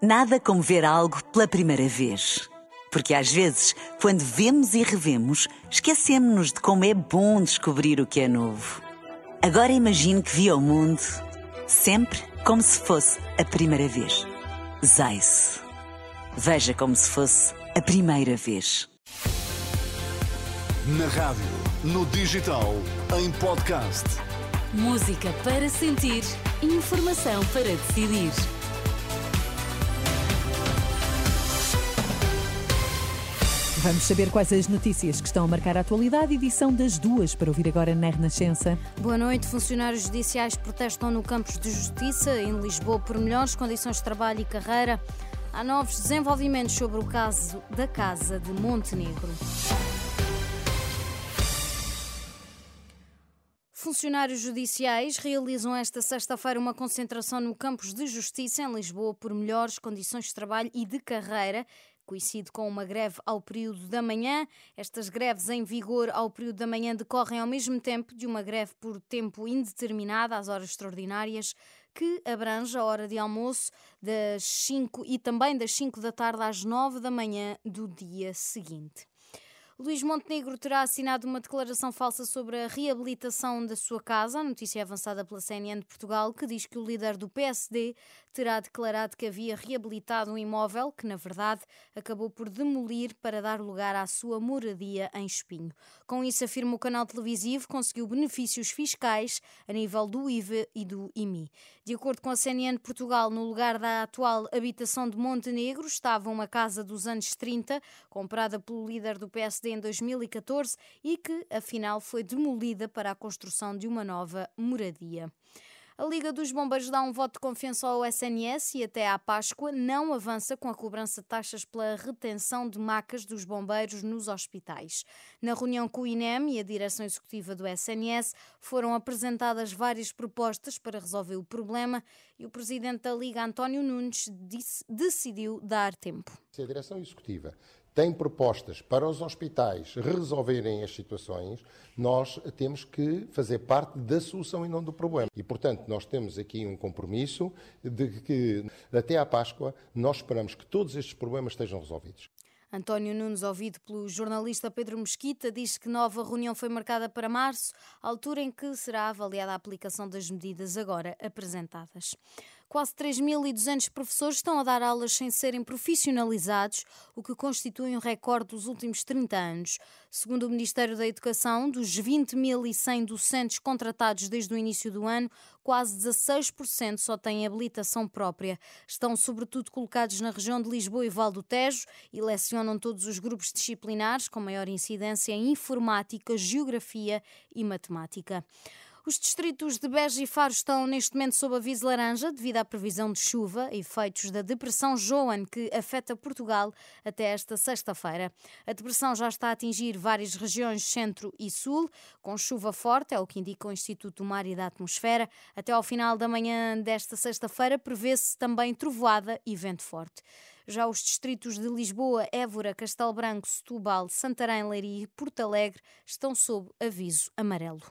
Nada como ver algo pela primeira vez. Porque às vezes, quando vemos e revemos, esquecemos-nos de como é bom descobrir o que é novo. Agora imagine que viu o mundo sempre como se fosse a primeira vez. Zais. Veja como se fosse a primeira vez. Na rádio, no digital, em podcast. Música para sentir, informação para decidir. Vamos saber quais as notícias que estão a marcar a atualidade. Edição das 2 para ouvir agora na Renascença. Boa noite. Funcionários judiciais protestam no Campos de Justiça, em Lisboa, por melhores condições de trabalho e carreira. Há novos desenvolvimentos sobre o caso da Casa de Montenegro. Funcionários judiciais realizam esta sexta-feira uma concentração no Campos de Justiça, em Lisboa, por melhores condições de trabalho e de carreira. Coincide com uma greve ao período da manhã. Estas greves em vigor ao período da manhã decorrem ao mesmo tempo de uma greve por tempo indeterminado, às horas extraordinárias, que abrange a hora de almoço das 5 e também das 5 da tarde às 9 da manhã do dia seguinte. Luís Montenegro terá assinado uma declaração falsa sobre a reabilitação da sua casa. A notícia é avançada pela CNN de Portugal, que diz que o líder do PSD terá declarado que havia reabilitado um imóvel que, na verdade, acabou por demolir para dar lugar à sua moradia em Espinho. Com isso, afirma o canal televisivo, conseguiu benefícios fiscais a nível do IVA e do IMI. De acordo com a CNN de Portugal, no lugar da atual habitação de Montenegro estava uma casa dos anos 30, comprada pelo líder do PSD em 2014 e que, afinal, foi demolida para a construção de uma nova moradia. A Liga dos Bombeiros dá um voto de confiança ao SNS e até à Páscoa não avança com a cobrança de taxas pela retenção de macas dos bombeiros nos hospitais. Na reunião com o INEM e a direção executiva do SNS foram apresentadas várias propostas para resolver o problema e o presidente da Liga, António Nunes, decidiu dar tempo. Se a direção executiva tem propostas para os hospitais resolverem as situações, nós temos que fazer parte da solução e não do problema. E, portanto, nós temos aqui um compromisso de que até à Páscoa nós esperamos que todos estes problemas estejam resolvidos. António Nunes, ouvido pelo jornalista Pedro Mesquita, diz que nova reunião foi marcada para março, altura em que será avaliada a aplicação das medidas agora apresentadas. Quase 3.200 professores estão a dar aulas sem serem profissionalizados, o que constitui um recorde dos últimos 30 anos. Segundo o Ministério da Educação, dos 20.100 docentes contratados desde o início do ano, quase 16% só têm habilitação própria. Estão sobretudo colocados na região de Lisboa e Val do Tejo e lecionam todos os grupos disciplinares com maior incidência em informática, geografia e matemática. Os distritos de Beja e Faro estão neste momento sob aviso laranja devido à previsão de chuva, efeitos da depressão Joan que afeta Portugal até esta sexta-feira. A depressão já está a atingir várias regiões centro e sul, com chuva forte, é o que indica o Instituto do Mar e da Atmosfera. Até ao final da manhã desta sexta-feira prevê-se também trovoada e vento forte. Já os distritos de Lisboa, Évora, Castelo Branco, Setúbal, Santarém, Leiria e Porto Alegre estão sob aviso amarelo.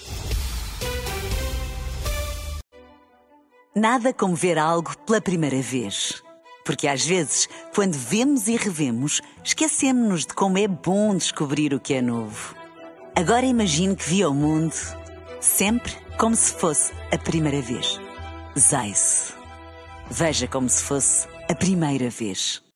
Nada como ver algo pela primeira vez. Porque às vezes, quando vemos e revemos, esquecemos-nos de como é bom descobrir o que é novo. Agora imagine que viu o mundo sempre como se fosse a primeira vez. Zais. Veja como se fosse a primeira vez.